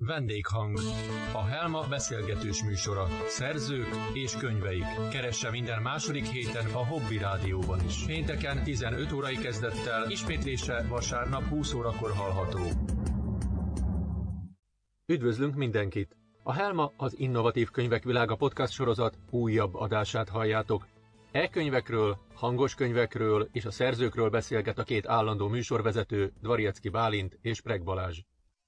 Vendéghang. A Helma beszélgetős műsora. Szerzők és könyveik. Keresse minden második héten a Hobby Rádióban is. Pénteken 15 órai kezdettel, ismétlése vasárnap 20 órakor hallható. Üdvözlünk mindenkit! A Helma az Innovatív Könyvek Világa podcast sorozat újabb adását halljátok. E-könyvekről, hangos könyvekről és a szerzőkről beszélget a két állandó műsorvezető, Dvariecki Bálint és Preg Balázs.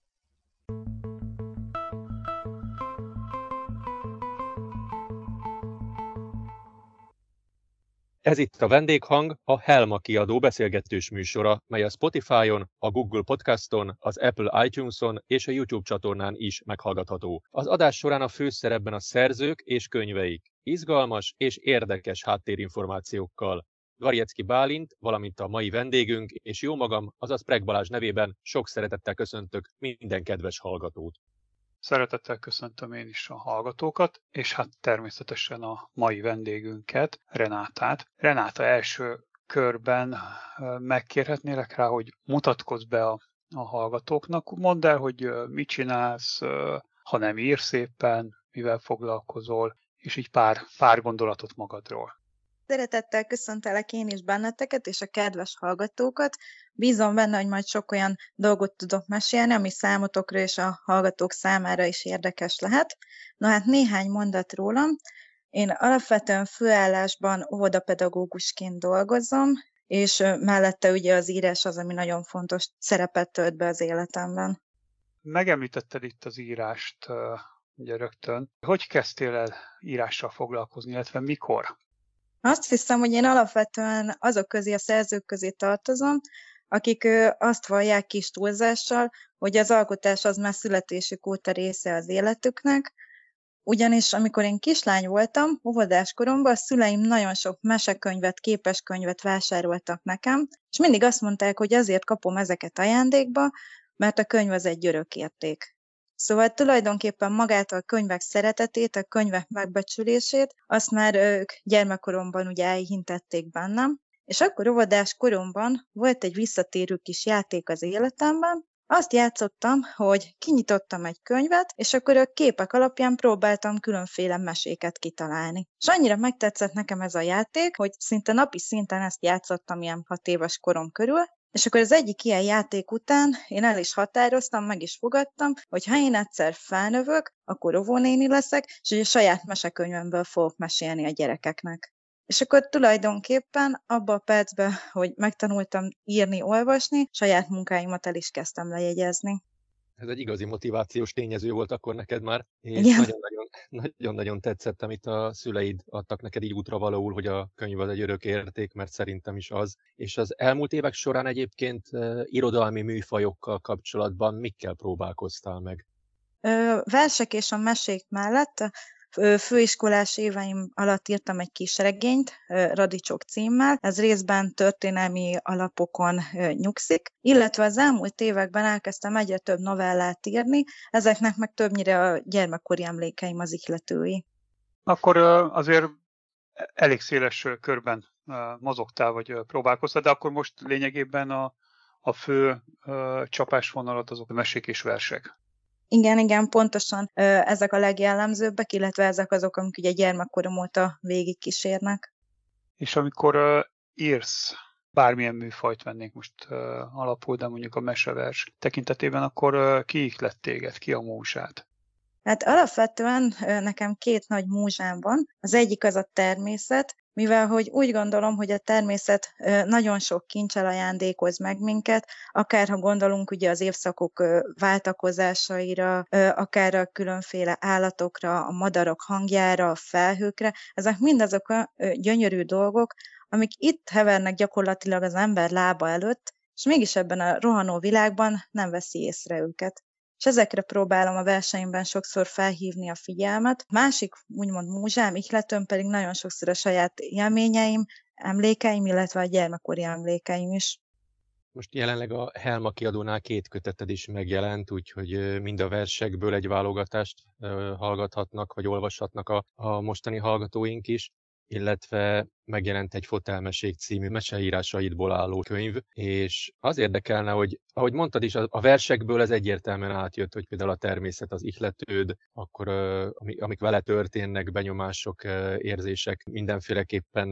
Ez itt a Vendéghang, a Helma kiadó beszélgetős műsora, mely a Spotify-on, a Google Podcaston, az Apple iTunes-on és a YouTube csatornán is meghallgatható. Az adás során a főszerepben a szerzők és könyveik, izgalmas és érdekes háttérinformációkkal. Dvariecki Bálint, valamint a mai vendégünk és jómagam, azaz Preg Balázs nevében sok szeretettel köszöntök minden kedves hallgatót. Szeretettel köszöntöm én is a hallgatókat, és hát természetesen a mai vendégünket, Renátát. Renáta, első körben megkérhetnélek rá, hogy mutatkozz be a hallgatóknak. Mondd el, hogy mit csinálsz, ha nem írsz éppen, mivel foglalkozol, és így pár gondolatot magadról. Szeretettel köszöntelek én is benneteket és a kedves hallgatókat. Bízom benne, hogy majd sok olyan dolgot tudok mesélni, ami számotokra és a hallgatók számára is érdekes lehet. Na hát néhány mondat rólam. Én alapvetően főállásban óvodapedagógusként dolgozom, és mellette ugye az írás az, ami nagyon fontos szerepet tölt be az életemben. Megemlítetted itt az írást ugye rögtön. Hogy kezdtél el írással foglalkozni, illetve mikor? Azt hiszem, hogy én alapvetően azok közé, a szerzők közé tartozom, akik azt vallják kis túlzással, hogy az alkotás az már születésük óta része az életüknek, ugyanis amikor én kislány voltam, óvodás koromban a szüleim nagyon sok mesekönyvet, képeskönyvet vásároltak nekem, és mindig azt mondták, hogy azért kapom ezeket ajándékba, mert a könyv az egy örökérték. Szóval tulajdonképpen magát a könyvek szeretetét, a könyvek megbecsülését, azt már ők gyermekkoromban ugye elhintették bennem, és akkor óvodás koromban volt egy visszatérő kis játék az életemben. Azt játszottam, hogy kinyitottam egy könyvet, és akkor a képek alapján próbáltam különféle meséket kitalálni. És annyira megtetszett nekem ez a játék, hogy szinte napi szinten ezt játszottam ilyen 6 éves korom körül, és akkor az egyik ilyen játék után én el is határoztam, meg is fogadtam, hogy ha én egyszer felnövök, akkor óvónéni leszek, és hogy a saját mesekönyvemből fogok mesélni a gyerekeknek. És akkor tulajdonképpen abban a percben, hogy megtanultam írni, olvasni, saját munkáimat el is kezdtem lejegyezni. Ez egy igazi motivációs tényező volt akkor neked már, és nagyon-nagyon tetszett, amit a szüleid adtak neked így útravalóul, hogy a könyv az egy örök érték, mert szerintem is az. És az elmúlt évek során egyébként irodalmi műfajokkal kapcsolatban mikkel próbálkoztál meg? Versek és a mesék mellett főiskolás éveim alatt írtam egy kis regényt, Radicsok címmel, ez részben történelmi alapokon nyugszik, illetve az elmúlt években elkezdtem egyre több novellát írni, ezeknek meg többnyire a gyermekkori emlékeim az ihletői. Akkor azért elég széles körben mozogtál, vagy próbálkoztál, de akkor most lényegében a fő csapásvonalat azok a mesék és versek. Igen, pontosan ezek a legjellemzőbbek, illetve ezek azok, amik ugye gyermekkorom óta végigkísérnek. És amikor írsz, bármilyen műfajt vennénk most alapul, de mondjuk a mesevers tekintetében, akkor ki ihlet téged, ki a múzsád? Hát alapvetően nekem 2 nagy múzsám van. Az egyik az a természet, mivel hogy úgy gondolom, hogy a természet nagyon sok kincsel ajándékoz meg minket, akár ha gondolunk ugye az évszakok váltakozásaira, akár a különféle állatokra, a madarak hangjára, a felhőkre, ezek mind azok a gyönyörű dolgok, amik itt hevernek gyakorlatilag az ember lába előtt, és mégis ebben a rohanó világban nem veszi észre őket. És ezekre próbálom a verseimben sokszor felhívni a figyelmet. Másik úgymond múzsám, ihletőm pedig nagyon sokszor a saját élményeim, emlékeim, illetve a gyermekkori emlékeim is. Most jelenleg a Helma kiadónál 2 köteted is megjelent, úgyhogy mind a versekből egy válogatást hallgathatnak, vagy olvashatnak a mostani hallgatóink is. illetve megjelent egy Fotelmesék című meseírásaidból álló könyv, és az érdekelne, hogy ahogy mondtad is, a versekből ez egyértelműen átjött, hogy például a természet az ihletőd, akkor amik vele történnek, benyomások, érzések mindenféleképpen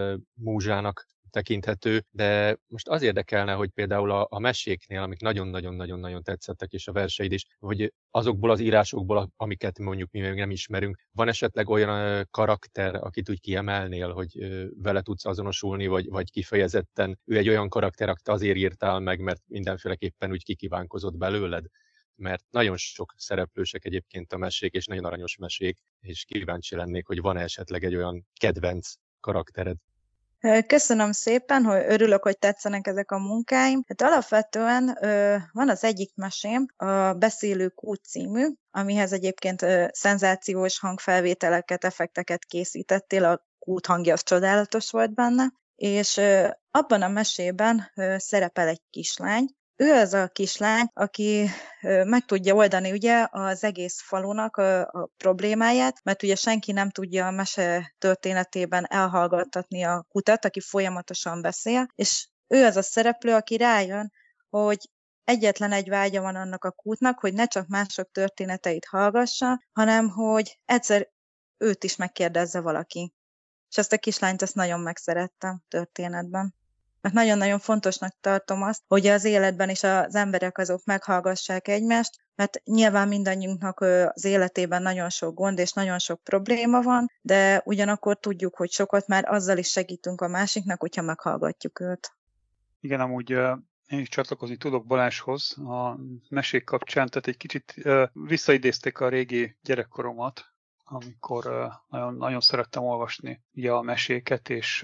múzsának tekinthető, de most az érdekelne, hogy például a meséknél, amik nagyon-nagyon-nagyon-nagyon tetszettek, és a verseid is, hogy azokból az írásokból, amiket mondjuk mi még nem ismerünk, van esetleg olyan karakter, akit úgy kiemelnél, hogy vele tudsz azonosulni, vagy kifejezetten ő egy olyan karakter, akit azért írtál meg, mert mindenféleképpen úgy kikívánkozott belőled? Mert nagyon sok szereplősek egyébként a mesék, és nagyon aranyos mesék, és kíváncsi lennék, hogy van esetleg egy olyan kedvenc karaktered. Köszönöm szépen, hogy örülök, hogy tetszenek ezek a munkáim. Hát alapvetően van az egyik mesém, a Beszélő Kút című, amihez egyébként szenzációs hangfelvételeket, effekteket készítettél, a kút hangja az csodálatos volt benne, és abban a mesében szerepel egy kislány. Ő az a kislány, aki meg tudja oldani ugye az egész falunak a problémáját, mert ugye senki nem tudja a mese történetében elhallgattatni a kutat, aki folyamatosan beszél, és ő az a szereplő, aki rájön, hogy egyetlen egy vágya van annak a kútnak, hogy ne csak mások történeteit hallgassa, hanem hogy egyszer őt is megkérdezze valaki. És ezt a kislányt azt nagyon megszerettem történetben. Mert nagyon-nagyon fontosnak tartom azt, hogy az életben is az emberek azok meghallgassák egymást, mert nyilván mindannyiunknak az életében nagyon sok gond és nagyon sok probléma van, de ugyanakkor tudjuk, hogy sokat már azzal is segítünk a másiknak, hogyha meghallgatjuk őt. Igen, amúgy én is csatlakozni tudok Balázshoz a mesék kapcsán, tehát egy kicsit visszaidézték a régi gyerekkoromat, amikor nagyon szerettem olvasni ugye a meséket, és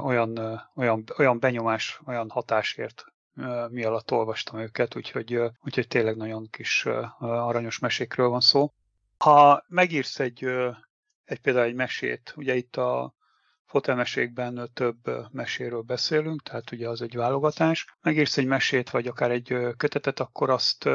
olyan benyomás, olyan hatásért mi alatt olvastam őket, úgyhogy tényleg nagyon kis aranyos mesékről van szó. Ha megírsz például egy mesét, ugye itt a Fotelmesékben több meséről beszélünk, tehát ugye az egy válogatás. Megírsz egy mesét, vagy akár egy kötetet, akkor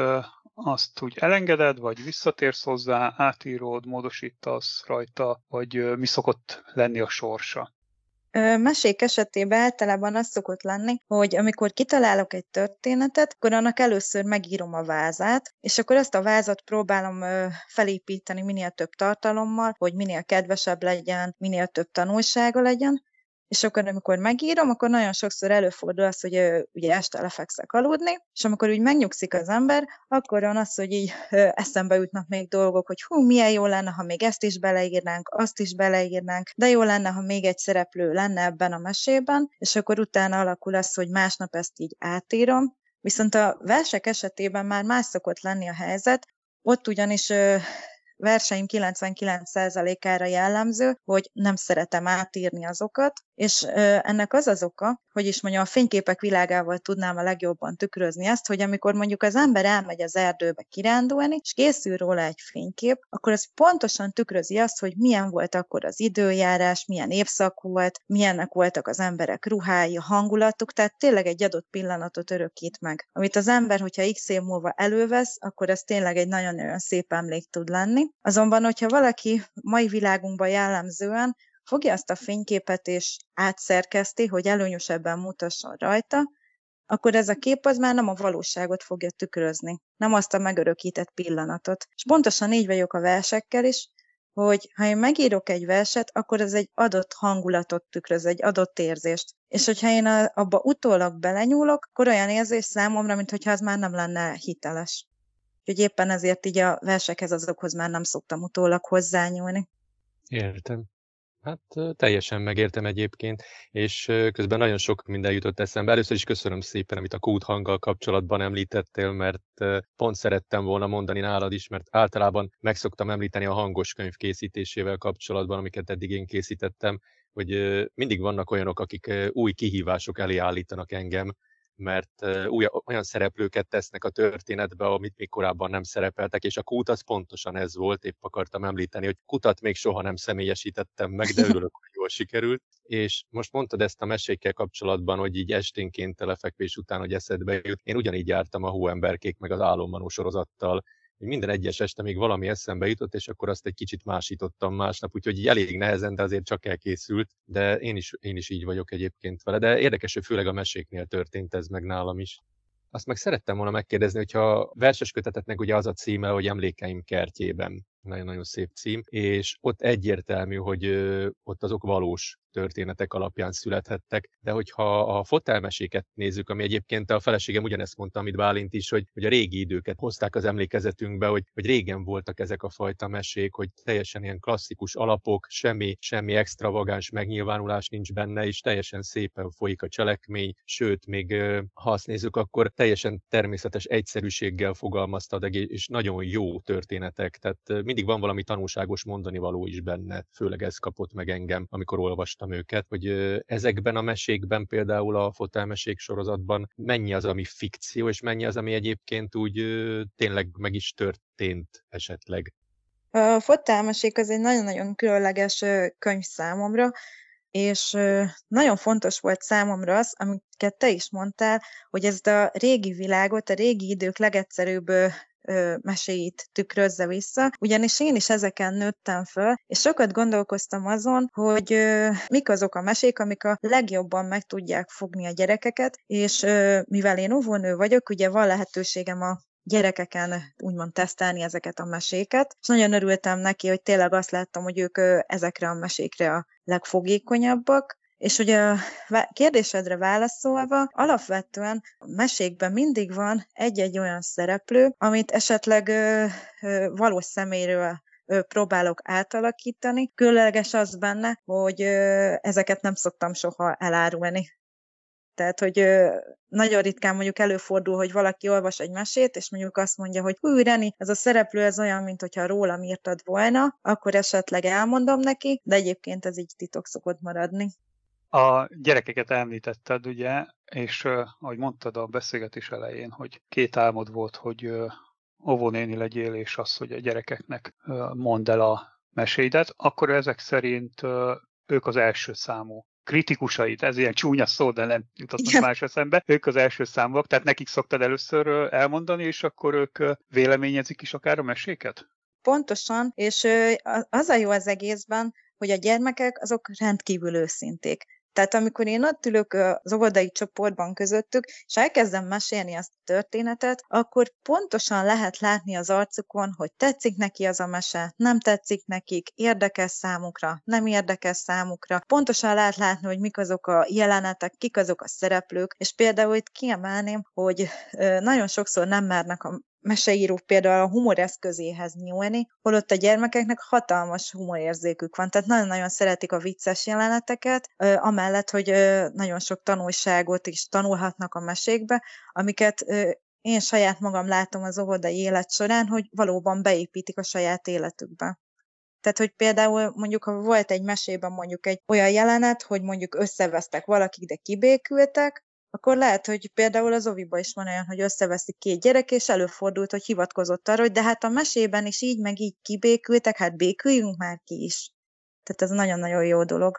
azt úgy elengeded, vagy visszatérsz hozzá, átírod, módosítasz rajta, vagy mi szokott lenni a sorsa? Mesék esetében általában az szokott lenni, hogy amikor kitalálok egy történetet, akkor annak először megírom a vázát, és akkor ezt a vázat próbálom felépíteni minél több tartalommal, hogy minél kedvesebb legyen, minél több tanulsága legyen, és akkor amikor megírom, akkor nagyon sokszor előfordul az, hogy ugye este lefekszek aludni, és amikor úgy megnyugszik az ember, akkor van az, hogy így eszembe jutnak még dolgok, hogy milyen jó lenne, ha még ezt is beleírnánk, azt is beleírnánk, de jó lenne, ha még egy szereplő lenne ebben a mesében, és akkor utána alakul az, hogy másnap ezt így átírom. Viszont a versek esetében már más szokott lenni a helyzet, ott ugyanis verseim 99%-ára jellemző, hogy nem szeretem átírni azokat, és ennek az az oka, hogy is mondjam, a fényképek világával tudnám a legjobban tükrözni azt, hogy amikor mondjuk az ember elmegy az erdőbe kirándulni, és készül róla egy fénykép, akkor az pontosan tükrözi azt, hogy milyen volt akkor az időjárás, milyen évszak volt, milyennek voltak az emberek ruhái, a hangulatuk, tehát tényleg egy adott pillanatot örökít meg. Amit az ember, hogyha x év múlva elővesz, akkor ez tényleg egy nagyon-nagyon szép emlék tud lenni. Azonban, hogyha valaki mai világunkban jellemzően fogja azt a fényképet és átszerkeszti, hogy előnyösebben mutasson rajta, akkor ez a kép az már nem a valóságot fogja tükrözni, nem azt a megörökített pillanatot. És pontosan így vagyok a versekkel is, hogy ha én megírok egy verset, akkor ez egy adott hangulatot tükröz, egy adott érzést. És hogyha én abba utólag belenyúlok, akkor olyan érzés számomra, mintha az már nem lenne hiteles. Úgyhogy éppen ezért így a versekhez azokhoz már nem szoktam utólag hozzányúlni. Értem. Hát teljesen megértem egyébként, és közben nagyon sok minden jutott eszembe. Először is köszönöm szépen, amit a kút hanggal kapcsolatban említettél, mert pont szerettem volna mondani nálad is, mert általában meg szoktam említeni a hangos könyv készítésével kapcsolatban, amiket eddig én készítettem, hogy mindig vannak olyanok, akik új kihívások elé állítanak engem, mert olyan szereplőket tesznek a történetbe, amit még korábban nem szerepeltek, és a kút az pontosan ez volt, épp akartam említeni, hogy kutat még soha nem személyesítettem meg, de örülök, hogy jól sikerült. És most mondtad ezt a mesékkel kapcsolatban, hogy így esténként lefekvés után, hogy eszedbe jut. Én ugyanígy jártam a Hóemberkék meg az Álommanó sorozattal, hogy minden egyes este még valami eszembe jutott, és akkor azt egy kicsit másítottam másnap, úgyhogy így elég nehezen, de azért csak elkészült, de én is így vagyok egyébként vele, de érdekes, hogy főleg a meséknél történt ez meg nálam is. Azt meg szerettem volna megkérdezni, hogyha a verses kötetetnek ugye az a címe, hogy Emlékeim kertjében. Nagyon-nagyon szép cím, és ott egyértelmű, hogy ott azok valós történetek alapján születhettek, de hogyha a fotelmeséket nézzük, ami egyébként a feleségem ugyanezt mondta, amit Bálint is, hogy a régi időket hozták az emlékezetünkbe, hogy régen voltak ezek a fajta mesék, hogy teljesen ilyen klasszikus alapok, semmi extravagáns megnyilvánulás nincs benne, és teljesen szépen folyik a cselekmény, sőt, még ha azt nézzük, akkor teljesen természetes egyszerűséggel fogalmaztad, és nagyon jó történetek, tehát mindig van valami tanulságos mondani való is benne, főleg ez kapott meg engem, amikor olvastam őket, hogy ezekben a mesékben, például a fotelmesék sorozatban mennyi az, ami fikció, és mennyi az, ami egyébként úgy tényleg meg is történt esetleg. A fotelmesék az egy nagyon-nagyon különleges könyv számomra, és nagyon fontos volt számomra az, amiket te is mondtál, hogy ezt a régi világot, a régi idők legegyszerűbb meséit tükrözze vissza, ugyanis én is ezeken nőttem föl, és sokat gondolkoztam azon, hogy mik azok a mesék, amik a legjobban meg tudják fogni a gyerekeket, és mivel én óvónő vagyok, ugye van lehetőségem a gyerekeken úgymond tesztelni ezeket a meséket, és nagyon örültem neki, hogy tényleg azt láttam, hogy ők ezekre a mesékre a legfogékonyabbak, és ugye a kérdésedre válaszolva, alapvetően a mesékben mindig van egy-egy olyan szereplő, amit esetleg valós személyről próbálok átalakítani. Különleges az benne, hogy ezeket nem szoktam soha elárulni. Tehát, hogy nagyon ritkán mondjuk előfordul, hogy valaki olvas egy mesét, és mondjuk azt mondja, hogy hú, Reni, ez a szereplő ez olyan, mintha rólam írtad volna, akkor esetleg elmondom neki, de egyébként ez így titok szokott maradni. A gyerekeket említetted, ugye, és ahogy mondtad a beszélgetés elején, hogy 2 álmod volt, hogy óvónéni legyél, és az, hogy a gyerekeknek mondd el a meséidet, akkor ezek szerint ők az első számú kritikusait, ez ilyen csúnya szó, de nem jutott most más eszembe, ők az első számúak, tehát nekik szoktad először elmondani, és akkor ők véleményezik is akár a meséket? Pontosan, és az a jó az egészben, hogy a gyermekek azok rendkívül őszinték. Tehát amikor én ott ülök az óvodai csoportban közöttük, és elkezdem mesélni azt a történetet, akkor pontosan lehet látni az arcukon, hogy tetszik neki az a mese, nem tetszik nekik, érdekes számukra, nem érdekes számukra. Pontosan lehet látni, hogy mik azok a jelenetek, kik azok a szereplők, és például itt kiemelném, hogy nagyon sokszor nem mernek a meseírók például a humor eszközéhez nyúlni, holott a gyermekeknek hatalmas humorérzékük van, tehát nagyon-nagyon szeretik a vicces jeleneteket, amellett, hogy nagyon sok tanulságot is tanulhatnak a mesékbe, amiket én saját magam látom az óvodai élet során, hogy valóban beépítik a saját életükbe. Tehát, hogy például mondjuk, ha volt egy mesében mondjuk egy olyan jelenet, hogy mondjuk összevesztek valakik, de kibékültek, akkor lehet, hogy például az oviba is van olyan, hogy összeveszik 2 gyerek, és előfordult, hogy hivatkozott arra, hogy de hát a mesében is így, meg így kibékültek, hát béküljünk már ki is. Tehát ez nagyon-nagyon jó dolog.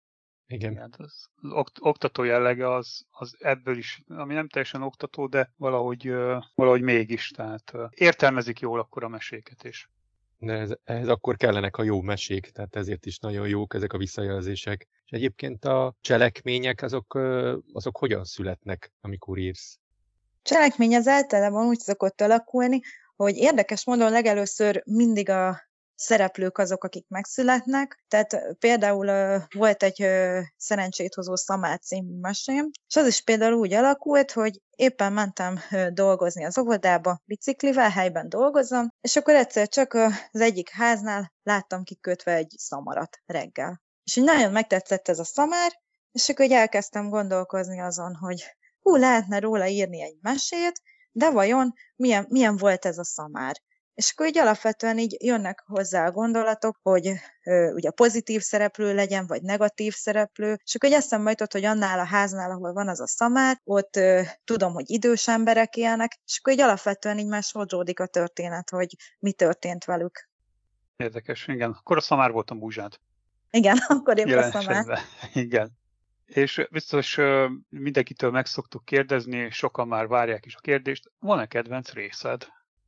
Igen. Az oktató jellege az ebből is, ami nem teljesen oktató, de valahogy mégis, tehát értelmezik jól akkor a meséket is. De ehhez akkor kellenek a jó mesék, tehát ezért is nagyon jók ezek a visszajelzések. És egyébként a cselekmények azok hogyan születnek, amikor írsz? Cselekmény az általában úgy szokott alakulni, hogy érdekes módon legelőször mindig a szereplők azok, akik megszületnek. Tehát például volt egy Szerencsét hozó Szamár című mesém, és az is például úgy alakult, hogy éppen mentem dolgozni az óvodába, biciklivel, helyben dolgozom, és akkor egyszer csak az egyik háznál láttam kikötve egy szamarat reggel. És így nagyon megtetszett ez a szamár, és akkor elkezdtem gondolkozni azon, hogy lehetne róla írni egy mesét, de vajon milyen volt ez a szamár? És akkor így alapvetően így jönnek hozzá a gondolatok, hogy ugye pozitív szereplő legyen, vagy negatív szereplő, és akkor így eszembe jutott, hogy annál a háznál, ahol van az a szamár, ott tudom, hogy idős emberek élnek, és akkor így alapvetően így már sodródik a történet, hogy mi történt velük. Érdekes, igen. Akkor a szamár volt a búzsád. Igen, akkor épp a szamár. Igen. És biztos mindenkitől meg szoktuk kérdezni, sokan már várják is a kérdést, van-e kedvenc részed?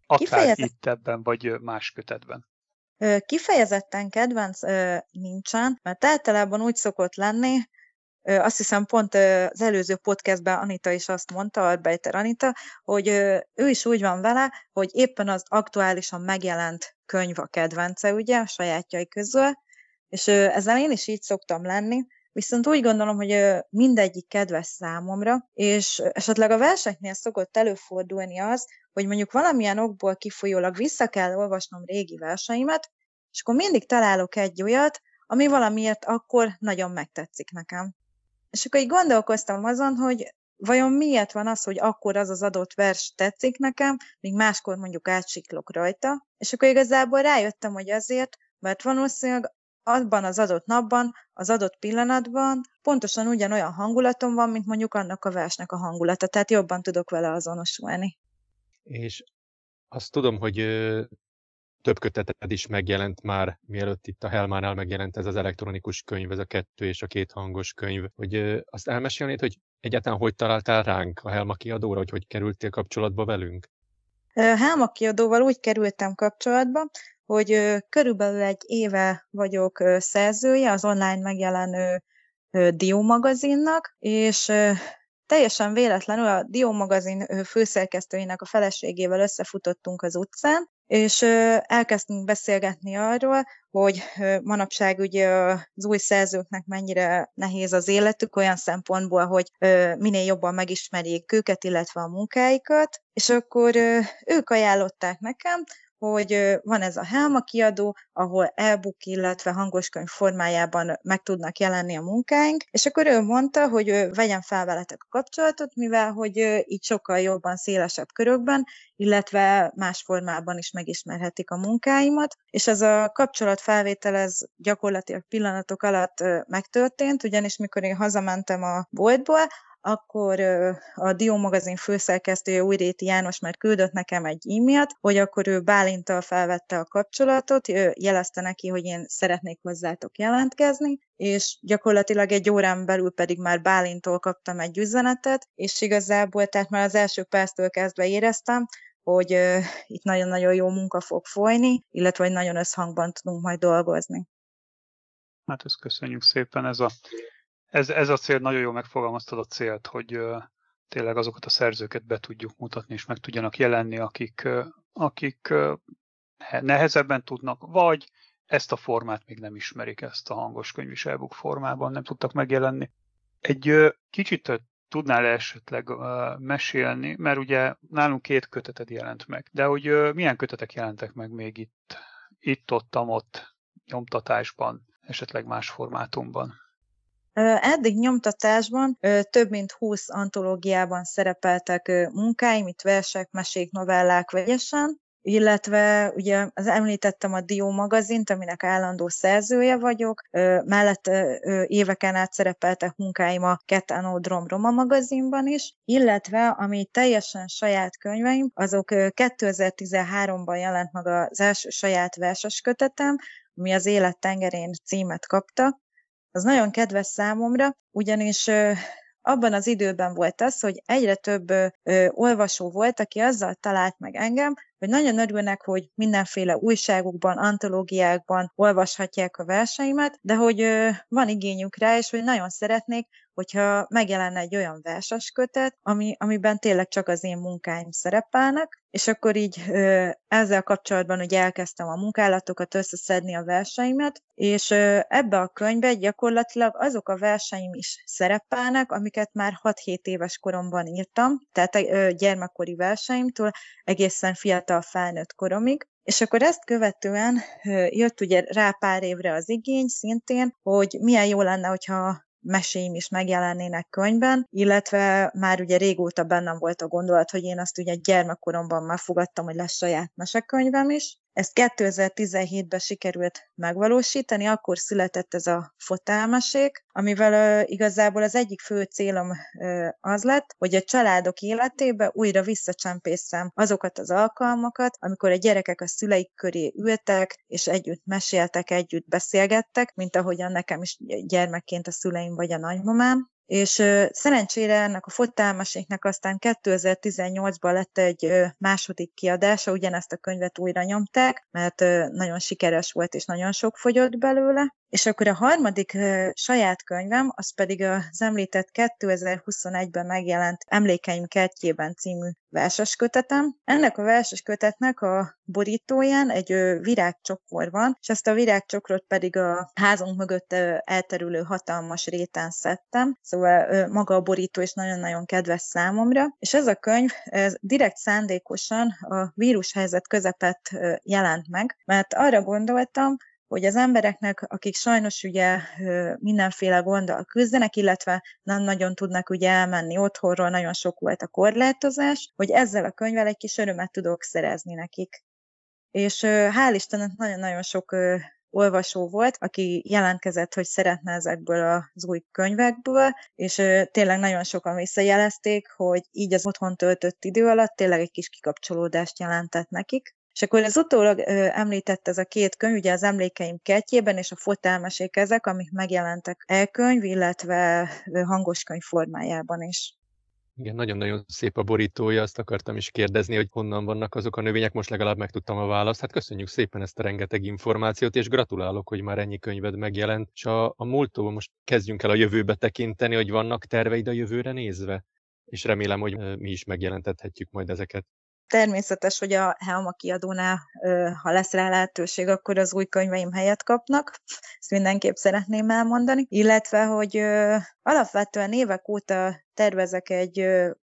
Akár itt ebben, vagy más kötetben. Kifejezetten kedvenc nincsen, mert általában úgy szokott lenni, azt hiszem pont az előző podcastben Anita is azt mondta, Arbeiter Anita, hogy ő is úgy van vele, hogy éppen az aktuálisan megjelent könyv a kedvence, ugye, a sajátjai közül, és ezzel én is így szoktam lenni, viszont úgy gondolom, hogy mindegyik kedves számomra, és esetleg a verseknél szokott előfordulni az, hogy mondjuk valamilyen okból kifolyólag vissza kell olvasnom régi verseimet, és akkor mindig találok egy olyat, ami valamiért akkor nagyon megtetszik nekem. És akkor így gondolkoztam azon, hogy vajon miért van az, hogy akkor az az adott vers tetszik nekem, míg máskor mondjuk átsiklok rajta. És akkor igazából rájöttem, hogy azért, mert valószínűleg abban az adott napban, az adott pillanatban pontosan ugyanolyan hangulatom van, mint mondjuk annak a versnek a hangulata. Tehát jobban tudok vele azonosulni. És azt tudom, hogy több köteted is megjelent már, mielőtt itt a Helmánál megjelent ez az elektronikus könyv, ez a 2 és a 2 hangos könyv. Hogy azt elmesélnéd, hogy egyáltalán hogy találtál ránk a Helma kiadóra, hogy kerültél kapcsolatba velünk? Helma kiadóval úgy kerültem kapcsolatba, hogy körülbelül egy éve vagyok szerzője az online megjelenő Dió magazinnak, és teljesen véletlenül a Dió magazin főszerkesztőjének a feleségével összefutottunk az utcán, és elkezdtünk beszélgetni arról, hogy manapság ugye az új szerzőknek mennyire nehéz az életük olyan szempontból, hogy minél jobban megismerjék őket, illetve a munkáikat, és akkor ők ajánlották nekem, hogy van ez a Helma kiadó, ahol e-book, illetve hangoskönyv formájában meg tudnak jelenni a munkáink, és akkor ő mondta, hogy vegyem fel veletek a kapcsolatot, mivel hogy így sokkal jobban, szélesebb körökben, illetve más formában is megismerhetik a munkáimat, és ez a kapcsolatfelvétel ez gyakorlatilag pillanatok alatt megtörtént, ugyanis mikor én hazamentem a boltból, akkor a Dió magazin főszerkesztője Újréti János már küldött nekem egy e-mailt, hogy akkor ő Bálinttal felvette a kapcsolatot, jelezte neki, hogy én szeretnék hozzátok jelentkezni, és gyakorlatilag egy órán belül pedig már Bálinttól kaptam egy üzenetet, és igazából tehát már az első perctől kezdve éreztem, hogy itt nagyon-nagyon jó munka fog folyni, illetve hogy nagyon összhangban tudunk majd dolgozni. Hát ezt köszönjük szépen, ez a cél, nagyon jól megfogalmaztad a célt, hogy tényleg azokat a szerzőket be tudjuk mutatni, és meg tudjanak jelenni, akik nehezebben tudnak, vagy ezt a formát még nem ismerik, ezt a hangos könyv és e-book formában nem tudtak megjelenni. Egy kicsit tudnál esetleg mesélni, mert ugye nálunk 2 köteted jelent meg, de hogy milyen kötetek jelentek meg még ott nyomtatásban, esetleg más formátumban? Eddig nyomtatásban több mint 20 antológiában szerepeltek munkáim, itt versek, mesék, novellák vegyesen, illetve ugye említettem a Dió magazint, aminek állandó szerzője vagyok, mellett éveken át szerepeltek munkáim a Ketano Drom Roma magazinban is, illetve ami teljesen saját könyveim, azok 2013-ban jelent meg az első saját verses kötetem, ami az Élet tengerén címet kapta. Az nagyon kedves számomra, ugyanis abban az időben volt az, hogy egyre több olvasó volt, aki azzal talált meg engem, hogy nagyon örülnek, hogy mindenféle újságokban, antológiákban olvashatják a verseimet, de hogy van igényük rá, és hogy nagyon szeretnék, hogyha megjelenne egy olyan verses kötet, amiben tényleg csak az én munkáim szerepelnek, és akkor így ezzel kapcsolatban ugye elkezdtem a munkálatokat összeszedni a verseimet, és ebbe a könyvbe gyakorlatilag azok a verseim is szerepelnek, amiket már 6-7 éves koromban írtam, tehát gyermekkori verseimtől egészen fiatal felnőtt koromig, és akkor ezt követően jött ugye rá pár évre az igény szintén, hogy milyen jó lenne, hogyha meséim is megjelennének könyvben, illetve már ugye régóta bennem volt a gondolat, hogy én azt ugye gyermekkoromban már fogadtam, hogy lesz saját mesekönyvem is. Ezt 2017-ben sikerült megvalósítani, akkor született ez a Fotelmesék, amivel igazából az egyik fő célom az lett, hogy a családok életébe újra visszacsempészem azokat az alkalmakat, amikor a gyerekek a szüleik köré ültek, és együtt meséltek, együtt beszélgettek, mint ahogyan nekem is gyermekként a szüleim vagy a nagymamám. És szerencsére ennek a Fotelmeséknek aztán 2018-ban lett egy második kiadása, ugyanezt a könyvet újra nyomták, mert nagyon sikeres volt, és nagyon sok fogyott belőle. És akkor a harmadik saját könyvem, az pedig az említett 2021-ben megjelent Emlékeim kertjében című verseskötetem. Ennek a verseskötetnek a borítóján egy virágcsokor van, és ezt a virágcsokrot pedig a házunk mögött elterülő hatalmas réten szedtem, szóval maga a borító is nagyon-nagyon kedves számomra, és ez a könyv ez direkt szándékosan a vírushelyzet közepett jelent meg, mert arra gondoltam, hogy az embereknek, akik sajnos ugye mindenféle gonddal küzdenek, illetve nem nagyon tudnak ugye elmenni otthonról, nagyon sok volt a korlátozás, hogy ezzel a könyvvel egy kis örömet tudok szerezni nekik. És hál' Istennek nagyon-nagyon sok olvasó volt, aki jelentkezett, hogy szeretne ezekből az új könyvekből, és tényleg nagyon sokan visszajelezték, hogy így az otthon töltött idő alatt tényleg egy kis kikapcsolódást jelentett nekik. És akkor az utólag említett ez a két könyv, ugye az Emlékeim kertjében és a Fotelmesék ezek, amik megjelentek e-könyv, illetve hangos könyv formájában is. Igen, nagyon-nagyon szép a borítója, azt akartam is kérdezni, hogy honnan vannak azok a növények, most legalább megtudtam a választ. Hát köszönjük szépen ezt a rengeteg információt, és gratulálok, hogy már ennyi könyved megjelent. És a múlttól most kezdjünk el a jövőbe tekinteni, hogy vannak terveid a jövőre nézve, és remélem, hogy mi is megjelentethetjük majd ezeket. Természetes, hogy a Helma kiadónál, ha lesz rá lehetőség, akkor az új könyveim helyet kapnak. Ezt mindenképp szeretném elmondani. Illetve, hogy alapvetően évek óta tervezek egy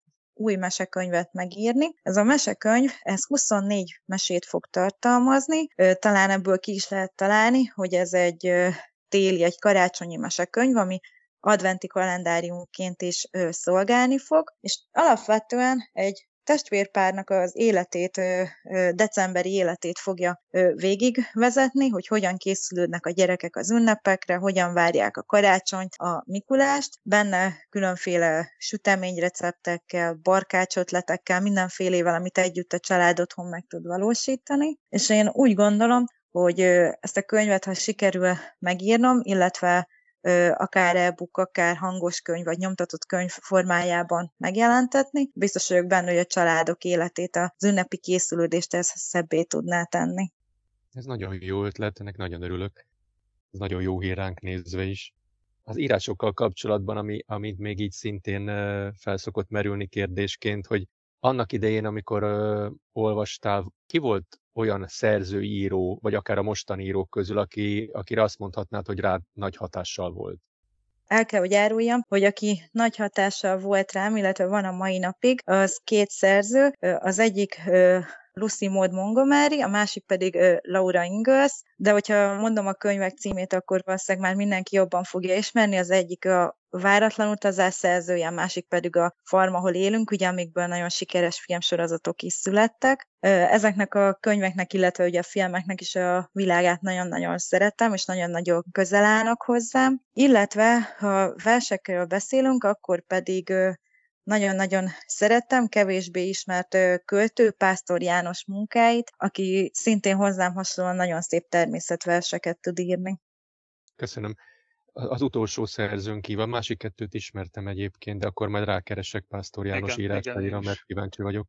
új mesekönyvet megírni. Ez a mesekönyv, ez 24 mesét fog tartalmazni. Talán ebből ki is lehet találni, hogy ez egy téli, egy karácsonyi mesekönyv, ami adventi kalendáriumként is szolgálni fog, és alapvetően egy testvérpárnak az életét, decemberi életét fogja végigvezetni, hogy hogyan készülődnek a gyerekek az ünnepekre, hogyan várják a karácsonyt, a Mikulást. Benne különféle süteményreceptekkel, barkácsötletekkel, mindenfélével, amit együtt a család otthon meg tud valósítani. És én úgy gondolom, hogy ezt a könyvet, ha sikerül megírnom, illetve akár e-book, akár hangos könyv, vagy nyomtatott könyv formájában megjelentetni. Biztos vagyok benne, hogy a családok életét, az ünnepi készülődést ez szebbé tudná tenni. Ez nagyon jó ötlet, ennek nagyon örülök. Ez nagyon jó hír ránk nézve is. Az írásokkal kapcsolatban, amit még így szintén felszokott merülni kérdésként, hogy annak idején, amikor olvastál, ki volt olyan szerző-író, vagy akár a mostani írók közül, akire azt mondhatnád, hogy rád nagy hatással volt? El kell, hogy áruljam, hogy aki nagy hatással volt rám, illetve van a mai napig, az két szerző, az egyik Lucy Maud Montgomery, a másik pedig Laura Ingalls, de hogyha mondom a könyvek címét, akkor valószínűleg már mindenki jobban fogja ismerni, az egyik a Váratlan utazás szerzője, a másik pedig a Farm, ahol élünk, ugye amikből nagyon sikeres filmsorozatok is születtek. Ezeknek a könyveknek, illetve ugye a filmeknek is a világát nagyon-nagyon szeretem, és nagyon-nagyon közel állnak hozzám. Illetve, ha versekről beszélünk, akkor pedig nagyon-nagyon szerettem, kevésbé ismert költő, Pásztor János munkáit, aki szintén hozzám hasonlóan nagyon szép természetverseket tud írni. Köszönöm. Az utolsó szerzőn kívül, a másik kettőt ismertem egyébként, de akkor majd rákeresek Pásztor János írásaira, mert kíváncsi vagyok.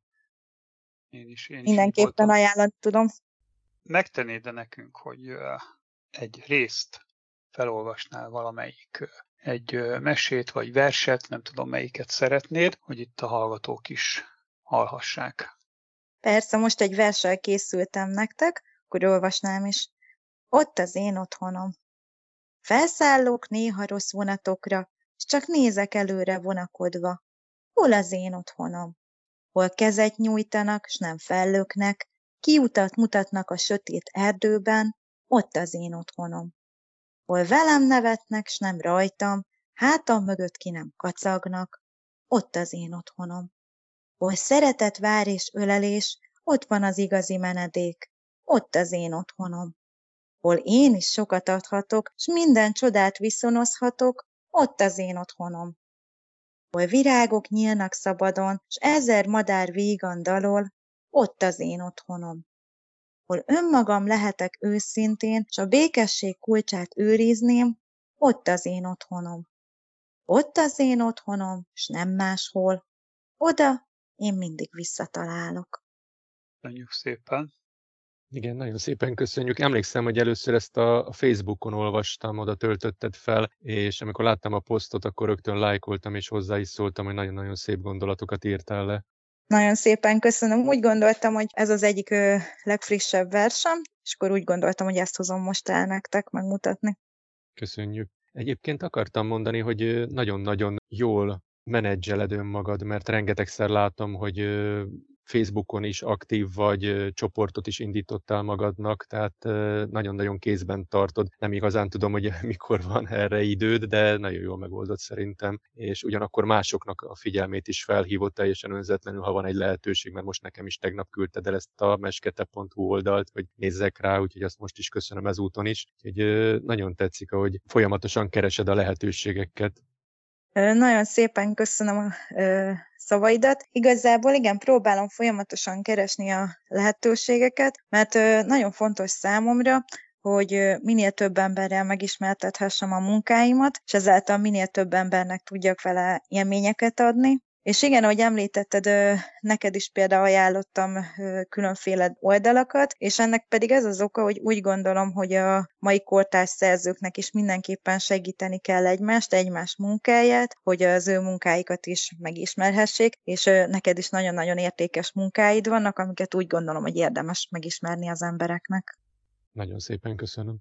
Én is mindenképpen ajánlani tudom. Megtennéd nekünk, hogy egy részt felolvasnál valamelyik egy mesét vagy verset, nem tudom melyiket szeretnéd, hogy itt a hallgatók is hallhassák. Persze, most egy verssel készültem nektek, akkor olvasnám is. Ott az én otthonom. Felszállok néha rossz vonatokra, s csak nézek előre vonakodva. Hol az én otthonom? Hol kezet nyújtanak, s nem fellöknek, kiutat mutatnak a sötét erdőben, ott az én otthonom. Hol velem nevetnek, s nem rajtam, hátam mögött ki nem kacagnak, ott az én otthonom. Hol szeretet vár és ölelés, ott van az igazi menedék, ott az én otthonom. Hol én is sokat adhatok, s minden csodát viszonozhatok, ott az én otthonom. Hol virágok nyílnak szabadon, s 1000 madár vígan dalol, ott az én otthonom. Hol önmagam lehetek őszintén, s a békesség kulcsát őrizném, ott az én otthonom. Ott az én otthonom, s nem máshol. Oda én mindig visszatalálok. Köszönjük szépen. Igen, nagyon szépen köszönjük. Emlékszem, hogy először ezt a Facebookon olvastam, oda töltötted fel, és amikor láttam a posztot, akkor rögtön lájkoltam, és hozzá is szóltam, hogy nagyon-nagyon szép gondolatokat írtál le. Nagyon szépen köszönöm. Úgy gondoltam, hogy ez az egyik legfrissebb versem, és akkor úgy gondoltam, hogy ezt hozom most el nektek megmutatni. Köszönjük. Egyébként akartam mondani, hogy nagyon-nagyon jól menedzseled önmagad, mert rengetegszer látom, hogy Facebookon is aktív vagy, csoportot is indítottál magadnak, tehát nagyon-nagyon kézben tartod. Nem igazán tudom, hogy mikor van erre időd, de nagyon jól megoldod szerintem, és ugyanakkor másoknak a figyelmét is felhívott teljesen önzetlenül, ha van egy lehetőség, mert most nekem is tegnap küldted el ezt a meskete.hu oldalt, hogy nézzek rá, úgyhogy azt most is köszönöm ezúton is. Úgyhogy nagyon tetszik, ahogy folyamatosan keresed a lehetőségeket. Nagyon szépen köszönöm a szavaidat. Igazából igen, próbálom folyamatosan keresni a lehetőségeket, mert nagyon fontos számomra, hogy minél több emberrel megismertethessem a munkáimat, és ezáltal minél több embernek tudjak vele élményeket adni. És igen, ahogy említetted, neked is például ajánlottam különféle oldalakat, és ennek pedig ez az oka, hogy úgy gondolom, hogy a mai kortárs szerzőknek is mindenképpen segíteni kell egymás munkáját, hogy az ő munkáikat is megismerhessék, és neked is nagyon-nagyon értékes munkáid vannak, amiket úgy gondolom, hogy érdemes megismerni az embereknek. Nagyon szépen köszönöm.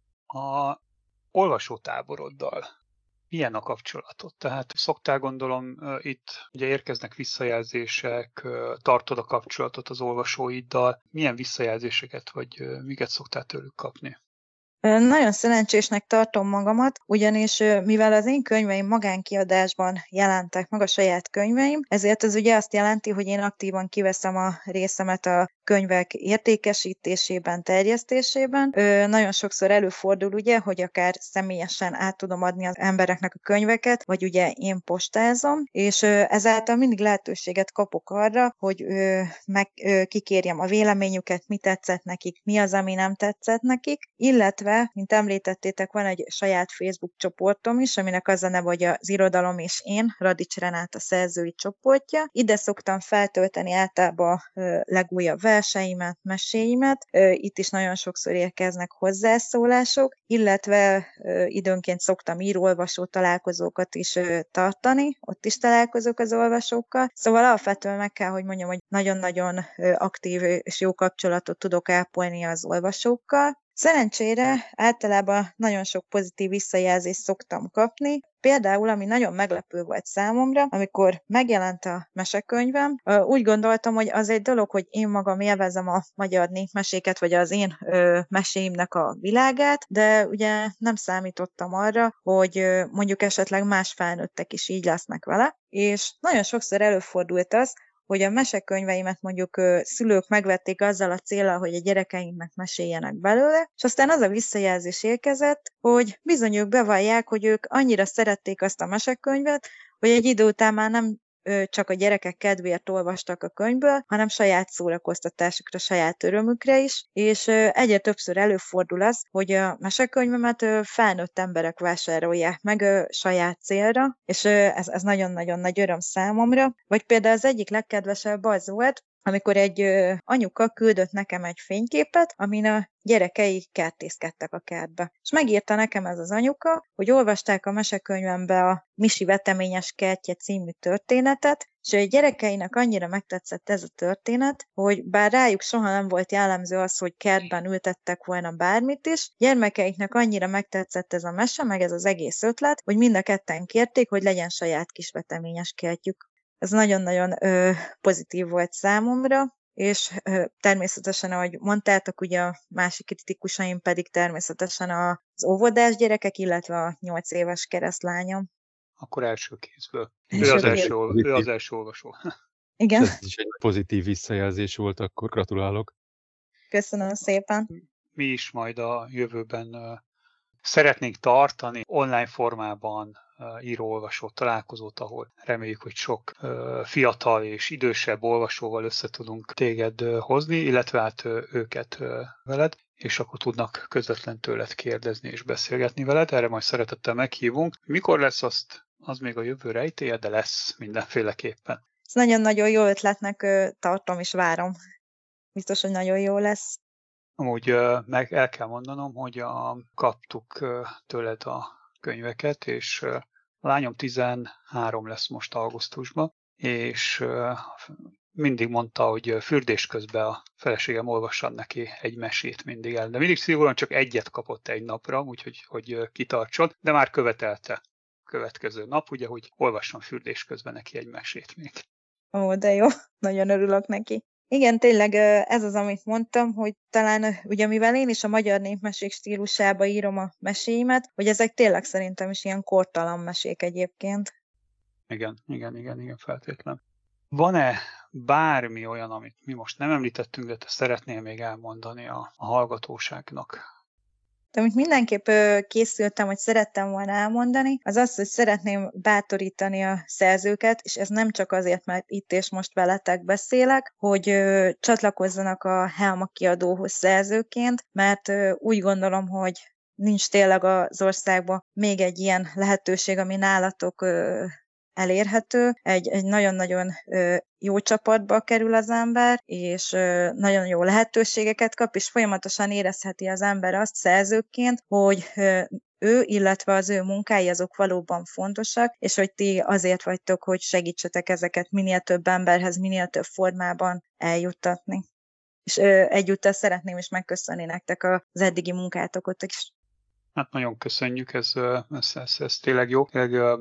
A olvasótáboroddal milyen a kapcsolatod? Tehát szoktál, gondolom, itt ugye érkeznek visszajelzések, tartod a kapcsolatot az olvasóiddal. Milyen visszajelzéseket, vagy miket szoktál tőlük kapni? Nagyon szerencsésnek tartom magamat, ugyanis mivel az én könyveim magánkiadásban jelentek meg, a saját könyveim, ezért ez ugye azt jelenti, hogy én aktívan kiveszem a részemet a könyvek értékesítésében, terjesztésében. Nagyon sokszor előfordul ugye, hogy akár személyesen át tudom adni az embereknek a könyveket, vagy ugye én postázom, és ezáltal mindig lehetőséget kapok arra, hogy kikérjem a véleményüket, mi tetszett nekik, mi az, ami nem tetszett nekik, illetve, mint említettétek, van egy saját Facebook csoportom is, aminek az a neve, hogy az Irodalom és én, Radics Renáta szerzői csoportja. Ide szoktam feltölteni általában a legújabb verseimet, meséimet. Itt is nagyon sokszor érkeznek hozzászólások, illetve időnként szoktam író-olvasó találkozókat is tartani, ott is találkozok az olvasókkal. Szóval alapvetően meg kell, hogy mondjam, hogy nagyon-nagyon aktív és jó kapcsolatot tudok ápolni az olvasókkal. Szerencsére általában nagyon sok pozitív visszajelzést szoktam kapni. Például, ami nagyon meglepő volt számomra, amikor megjelent a mesekönyvem, úgy gondoltam, hogy az egy dolog, hogy én magam élvezem a magyar népmeséket, vagy az én meséimnek a világát, de ugye nem számítottam arra, hogy mondjuk esetleg más felnőttek is így lesznek vele, és nagyon sokszor előfordult az, hogy a mesekönyveimet mondjuk szülők megvették azzal a céllal, hogy a gyerekeimnek meséljenek belőle, és aztán az a visszajelzés érkezett, hogy bizony ők bevallják, hogy ők annyira szerették azt a mesekönyvet, hogy egy idő után már nem csak a gyerekek kedvéért olvastak a könyvből, hanem saját szórakoztatásukra, saját örömükre is, és egyre többször előfordul az, hogy a mesekönyvemet felnőtt emberek vásárolják meg saját célra, és ez nagyon-nagyon nagy öröm számomra. Vagy például az egyik legkedvesebb az volt, amikor egy anyuka küldött nekem egy fényképet, amin a gyerekei kertészkedtek a kertbe. És megírta nekem ez az anyuka, hogy olvasták a mesekönyvembe a Misi veteményes kertje című történetet, és a gyerekeinek annyira megtetszett ez a történet, hogy bár rájuk soha nem volt jellemző az, hogy kertben ültettek volna bármit is, gyermekeiknek annyira megtetszett ez a mese, meg ez az egész ötlet, hogy mind a ketten kérték, hogy legyen saját kis veteményes kertjük. Ez nagyon-nagyon pozitív volt számomra, és természetesen, ahogy mondtátok, ugye a másik kritikusaim pedig természetesen az óvodás gyerekek, illetve a 8 éves keresztlányom. Akkor első kézből. Első Ő az első olvasó. Igen. Ez is egy pozitív visszajelzés volt, akkor gratulálok. Köszönöm szépen. Mi is majd a jövőben szeretnénk tartani online formában író-olvasó találkozót, ahol reméljük, hogy sok fiatal és idősebb olvasóval össze tudunk téged hozni, illetve hát őket veled, és akkor tudnak közvetlen tőled kérdezni és beszélgetni veled. Erre majd szeretettel meghívunk. Mikor lesz, azt az még a jövő rejtélye, de lesz mindenféleképpen. Ezt nagyon-nagyon jó ötletnek tartom és várom. Biztos, hogy nagyon jó lesz. Amúgy meg el kell mondanom, hogy kaptuk tőled a könyveket, és a lányom 13 lesz most augusztusban, és mindig mondta, hogy fürdés közben a feleségem olvasson neki egy mesét mindig el. De mindig szigorúan csak egyet kapott egy napra, úgyhogy hogy kitartson, de már követelte következő nap, ugye, hogy olvasson fürdés közben neki egy mesét még. Ó, de jó, nagyon örülök neki. Igen, tényleg ez az, amit mondtam, hogy talán, ugye mivel én is a magyar népmesék stílusába írom a meséimet, hogy ezek tényleg szerintem is ilyen kortalan mesék egyébként. Igen, feltétlen. Van-e bármi olyan, amit mi most nem említettünk, de te szeretnél még elmondani a hallgatóságnak? De amit mindenképp készültem, hogy szerettem volna elmondani, az az, hogy szeretném bátorítani a szerzőket, és ez nem csak azért, mert itt és most veletek beszélek, hogy csatlakozzanak a Helma kiadóhoz szerzőként, mert úgy gondolom, hogy nincs tényleg az országban még egy ilyen lehetőség, ami nálatok elérhető. Egy nagyon-nagyon jó csapatba kerül az ember, és nagyon jó lehetőségeket kap, és folyamatosan érezheti az ember azt szerzőként, hogy ő, illetve az ő munkái azok valóban fontosak, és hogy ti azért vagytok, hogy segítsetek ezeket minél több emberhez, minél több formában eljuttatni. És egyúttal szeretném is megköszönni nektek az eddigi munkátokat is. Hát nagyon köszönjük, ez tényleg jó.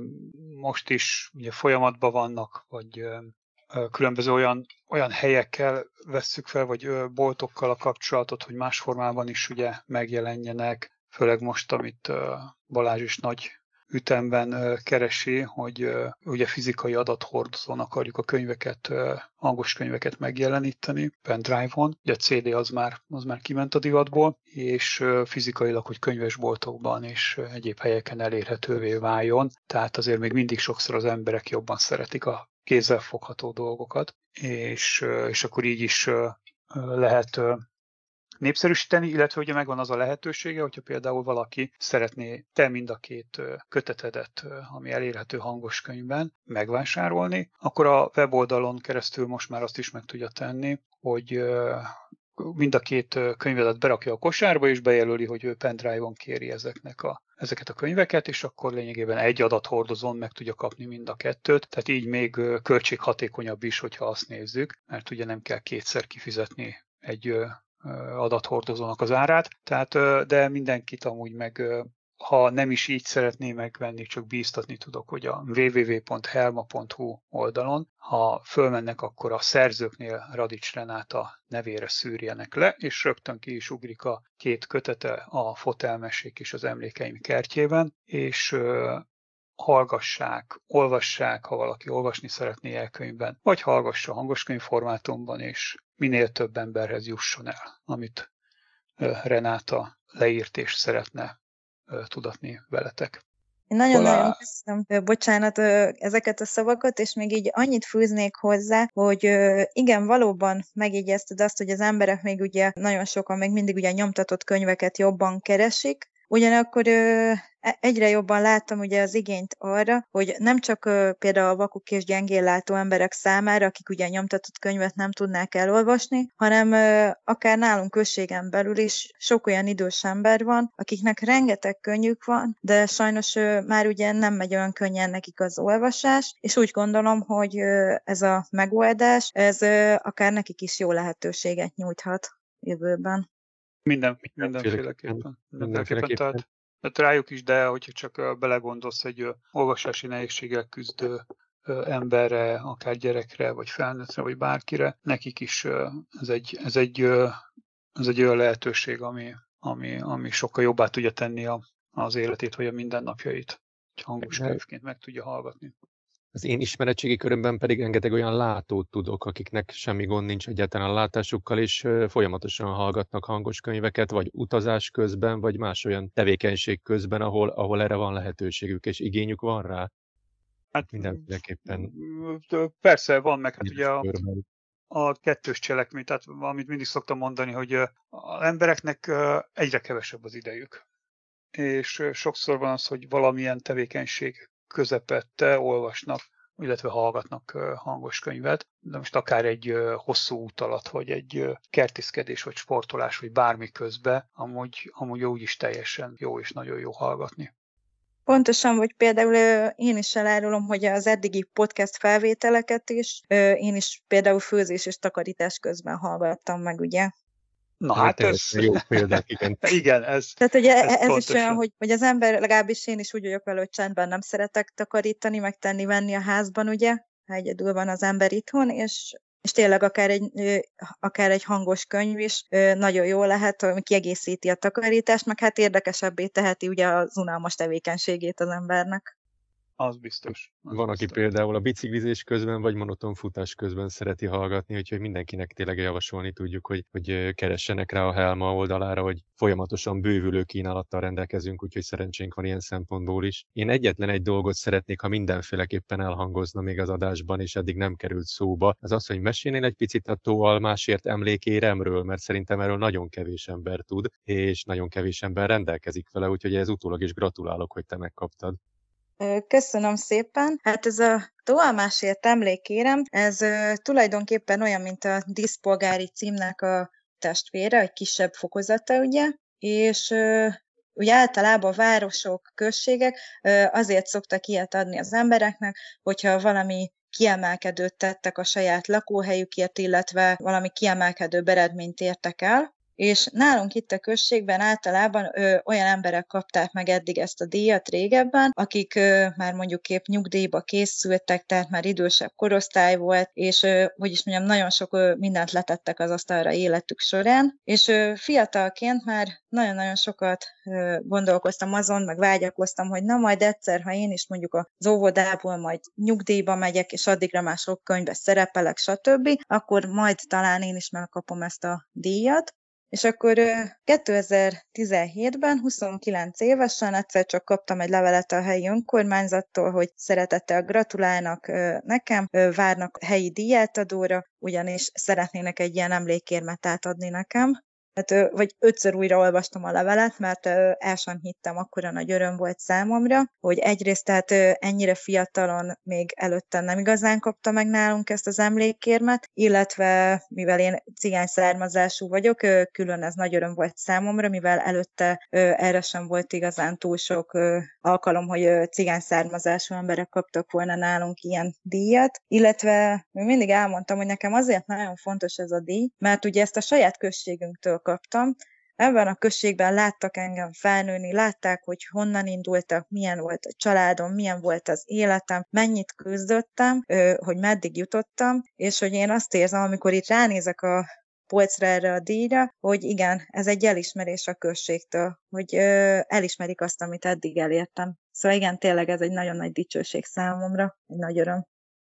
Most is ugye folyamatban vannak, vagy különböző olyan helyekkel vesszük fel, vagy boltokkal a kapcsolatot, hogy más formában is ugye megjelenjenek, főleg most, amit Balázs is nagy ütemben keresi, hogy ugye fizikai adathordozón akarjuk a könyveket, hangos könyveket megjeleníteni, pendrive-on. Ugye a CD az már kiment a divatból, és fizikailag, hogy könyvesboltokban és egyéb helyeken elérhetővé váljon. Tehát azért még mindig sokszor az emberek jobban szeretik a kézzelfogható dolgokat, és akkor így is lehet népszerűsíteni, illetve ugye megvan az a lehetősége, hogyha például valaki szeretné te mind a két kötetedet, ami elérhető hangos könyvben megvásárolni, akkor a weboldalon keresztül most már azt is meg tudja tenni, hogy mind a két könyvedet berakja a kosárba, és bejelöli, hogy ő pendrive-on kéri ezeket a könyveket, és akkor lényegében egy adathordozón meg tudja kapni mind a kettőt, tehát így még költséghatékonyabb is, hogyha azt nézzük, mert ugye nem kell kétszer kifizetni egy adathordozónak az árát, tehát, de mindenkit amúgy meg, ha nem is így szeretné megvenni, csak bíztatni tudok, hogy a www.helma.hu oldalon, ha fölmennek, akkor a szerzőknél Radics Renáta nevére szűrjenek le, és rögtön ki is ugrik a két kötete, a Fotelmesék és az Emlékeim kertjében, és hallgassák, olvassák, ha valaki olvasni szeretné elkönyvben, vagy hallgassa hangoskönyv formátumban, és minél több emberhez jusson el, amit Renáta leírt és szeretne tudatni veletek. Én nagyon-nagyon köszönöm, bocsánat, ezeket a szavakat, és még így annyit fűznék hozzá, hogy igen, valóban megjegyezted azt, hogy az emberek még ugye nagyon sokan még mindig ugye nyomtatott könyveket jobban keresik, ugyanakkor egyre jobban láttam ugye az igényt arra, hogy nem csak például a vakok és gyengénlátó emberek számára, akik ugye nyomtatott könyvet nem tudnák elolvasni, hanem akár nálunk községen belül is sok olyan idős ember van, akiknek rengeteg könyvük van, de sajnos már ugye nem megy olyan könnyen nekik az olvasás, és úgy gondolom, hogy ez a megoldás, ez akár nekik is jó lehetőséget nyújthat jövőben. Mindenféleképpen. Tehát rájuk is, de hogyha csak belegondolsz egy olvasási nehézséggel küzdő emberre, akár gyerekre, vagy felnőttre, vagy bárkire, nekik is ez egy olyan lehetőség, ami sokkal jobbá tudja tenni az életét, vagy a mindennapjait, hogy hangos könyvként meg tudja hallgatni. Az én ismeretségi körömben pedig rengeteg olyan látót tudok, akiknek semmi gond nincs egyáltalán a látásukkal, és folyamatosan hallgatnak hangos könyveket, vagy utazás közben, vagy más olyan tevékenység közben, ahol erre van lehetőségük, és igényük van rá. Hát mindenféleképpen. Persze van, meg hát ugye a kettős cselekmény, tehát amit mindig szoktam mondani, hogy az embereknek egyre kevesebb az idejük. És sokszor van az, hogy valamilyen tevékenység közepette olvasnak, illetve hallgatnak hangos könyvet, de most akár egy hosszú út alatt, vagy egy kertészkedés, vagy sportolás, vagy bármi közben, amúgy úgy is teljesen jó és nagyon jó hallgatni. Pontosan, vagy például én is elárulom, hogy az eddigi podcast felvételeket is, én is például főzés és takarítás közben hallgattam meg, ugye? Na hát ez... Jó példák, igen. Igen, ez Tehát ugye ez is pontosan. olyan, hogy az ember, legalábbis én is úgy vagyok vele, hogy csendben nem szeretek takarítani, meg tenni-venni a házban, ugye, ha egyedül van az ember itthon, és tényleg akár egy hangos könyv is nagyon jó lehet, ami kiegészíti a takarítást, meg hát érdekesebbé teheti ugye az unalmas tevékenységét az embernek. Az biztos. Van, aki például a biciklizés közben, vagy monoton futás közben szereti hallgatni, úgyhogy mindenkinek tényleg javasolni tudjuk, hogy keressenek rá a Helma oldalára, hogy folyamatosan bővülő kínálattal rendelkezünk, úgyhogy szerencsénk van ilyen szempontból is. Én egyetlen egy dolgot szeretnék, ha mindenféleképpen elhangozna még az adásban, és eddig nem került szóba, az az, hogy mesélnél egy picit a Tóalmásért emlékéremről, mert szerintem erről nagyon kevés ember tud, és nagyon kevés ember rendelkezik vele, úgyhogy ez utólag is gratulálok, hogy te megkaptad. Köszönöm szépen. Hát ez a Tóalmásért emlékérem, ez tulajdonképpen olyan, mint a díszpolgári címnek a testvére, egy kisebb fokozata, ugye, és ugye általában városok, községek azért szoktak ilyet adni az embereknek, hogyha valami kiemelkedőt tettek a saját lakóhelyükért, illetve valami kiemelkedő eredményt értek el. És nálunk itt a községben általában olyan emberek kapták meg eddig ezt a díjat régebben, akik már mondjuk épp nyugdíjba készültek, tehát már idősebb korosztály volt, és hogy is mondjam, nagyon sok mindent letettek az asztalra életük során, és fiatalként már nagyon-nagyon sokat gondolkoztam azon, meg vágyakoztam, hogy na majd egyszer, ha én is mondjuk az óvodából majd nyugdíjba megyek, és addigra már sok könyvbe szerepelek, stb., akkor majd talán én is megkapom ezt a díjat. És akkor 2017-ben, 29 évesen egyszer csak kaptam egy levelet a helyi önkormányzattól, hogy szeretettel gratulálnak nekem, várnak helyi díjátadóra, ugyanis szeretnének egy ilyen emlékérmet átadni nekem. Hát, vagy 5-ször újra olvastam a levelet, mert el sem hittem, akkora nagy öröm volt számomra, hogy egyrészt tehát ennyire fiatalon még előtte nem igazán kapta meg nálunk ezt az emlékérmet, illetve mivel én cigány származású vagyok, külön ez nagy öröm volt számomra, mivel előtte erre sem volt igazán túl sok alkalom, hogy cigány származású emberek kaptak volna nálunk ilyen díjat, illetve mindig elmondtam, hogy nekem azért nagyon fontos ez a díj, mert ugye ezt a saját községünktől kaptam. Ebben a községben láttak engem felnőni, látták, hogy honnan indultak, milyen volt a családom, milyen volt az életem, mennyit küzdöttem, hogy meddig jutottam, és hogy én azt érzem, amikor itt ránézek a polcra erre a díjra, hogy igen, ez egy elismerés a községtől, hogy elismerik azt, amit eddig elértem. Szóval igen, tényleg ez egy nagyon nagy dicsőség számomra, egy nagy öröm.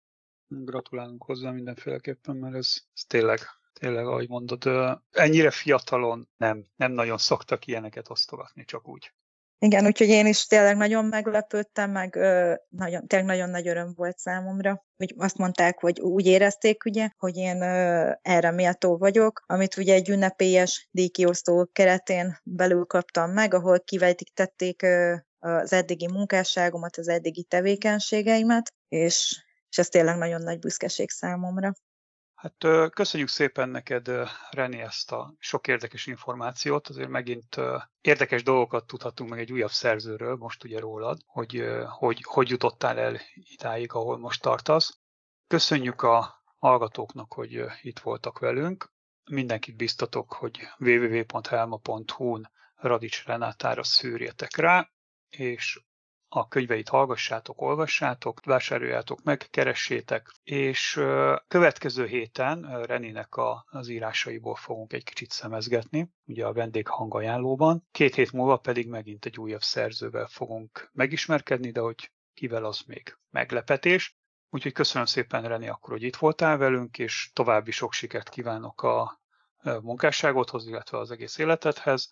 Gratulálunk hozzá mindenféleképpen, mert ez tényleg, ahogy mondod, ennyire fiatalon nem nagyon szoktak ilyeneket osztogatni, csak úgy. Igen, úgyhogy én is tényleg nagyon meglepődtem, meg tényleg nagyon nagy öröm volt számomra. Úgy azt mondták, hogy úgy érezték, ugye, hogy én erre méltó vagyok, amit ugye egy ünnepélyes díjkiosztó keretén belül kaptam meg, ahol kivetítették az eddigi munkásságomat, az eddigi tevékenységeimet, és ez tényleg nagyon nagy büszkeség számomra. Hát köszönjük szépen neked, René, ezt a sok érdekes információt. Azért megint érdekes dolgokat tudhatunk meg egy újabb szerzőről, most ugye rólad, hogy jutottál el idáig, ahol most tartasz. Köszönjük a hallgatóknak, hogy itt voltak velünk. Mindenkit biztatok, hogy www.helma.hu-n Radics Renátára szűrjetek rá, és a könyveit hallgassátok, olvassátok, vásároljátok meg, keressétek, és következő héten Renének az írásaiból fogunk egy kicsit szemezgetni, ugye a vendéghang ajánlóban. 2 hét múlva pedig megint egy újabb szerzővel fogunk megismerkedni, de hogy kivel, az még meglepetés. Úgyhogy köszönöm szépen, René, akkor, hogy itt voltál velünk, és további sok sikert kívánok a munkásságodhoz, illetve az egész életedhez,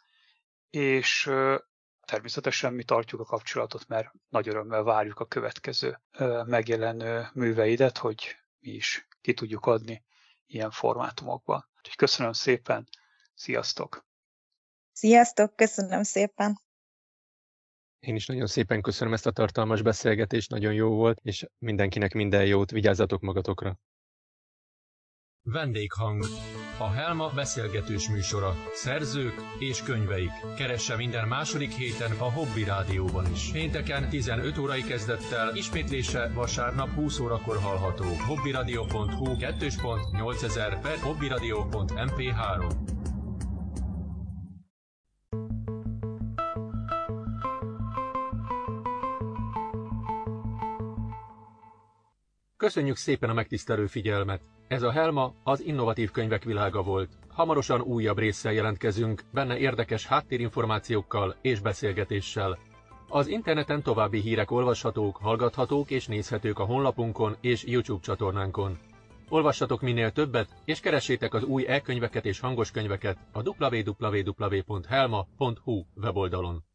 és természetesen mi tartjuk a kapcsolatot, mert nagy örömmel várjuk a következő megjelenő műveidet, hogy mi is ki tudjuk adni ilyen formátumokban. Úgyhogy köszönöm szépen, sziasztok! Sziasztok, köszönöm szépen! Én is nagyon szépen köszönöm ezt a tartalmas beszélgetést, nagyon jó volt, és mindenkinek minden jót, vigyázzatok magatokra. Vendéghang. A Helma beszélgetős műsora. Szerzők és könyveik. Keresse minden második héten a Hobby Rádióban is. Pénteken 15 órai kezdettel, ismétlése vasárnap 20 órakor hallható. hobbyradio.hu 2.8000 per hobbyradio.mp3. Köszönjük szépen a megtisztelő figyelmet! Ez a Helma az innovatív könyvek világa volt. Hamarosan újabb résszel jelentkezünk, benne érdekes háttérinformációkkal és beszélgetéssel. Az interneten további hírek olvashatók, hallgathatók és nézhetők a honlapunkon és YouTube csatornánkon. Olvassatok minél többet, és keressétek az új e-könyveket és hangos könyveket a www.helma.hu weboldalon.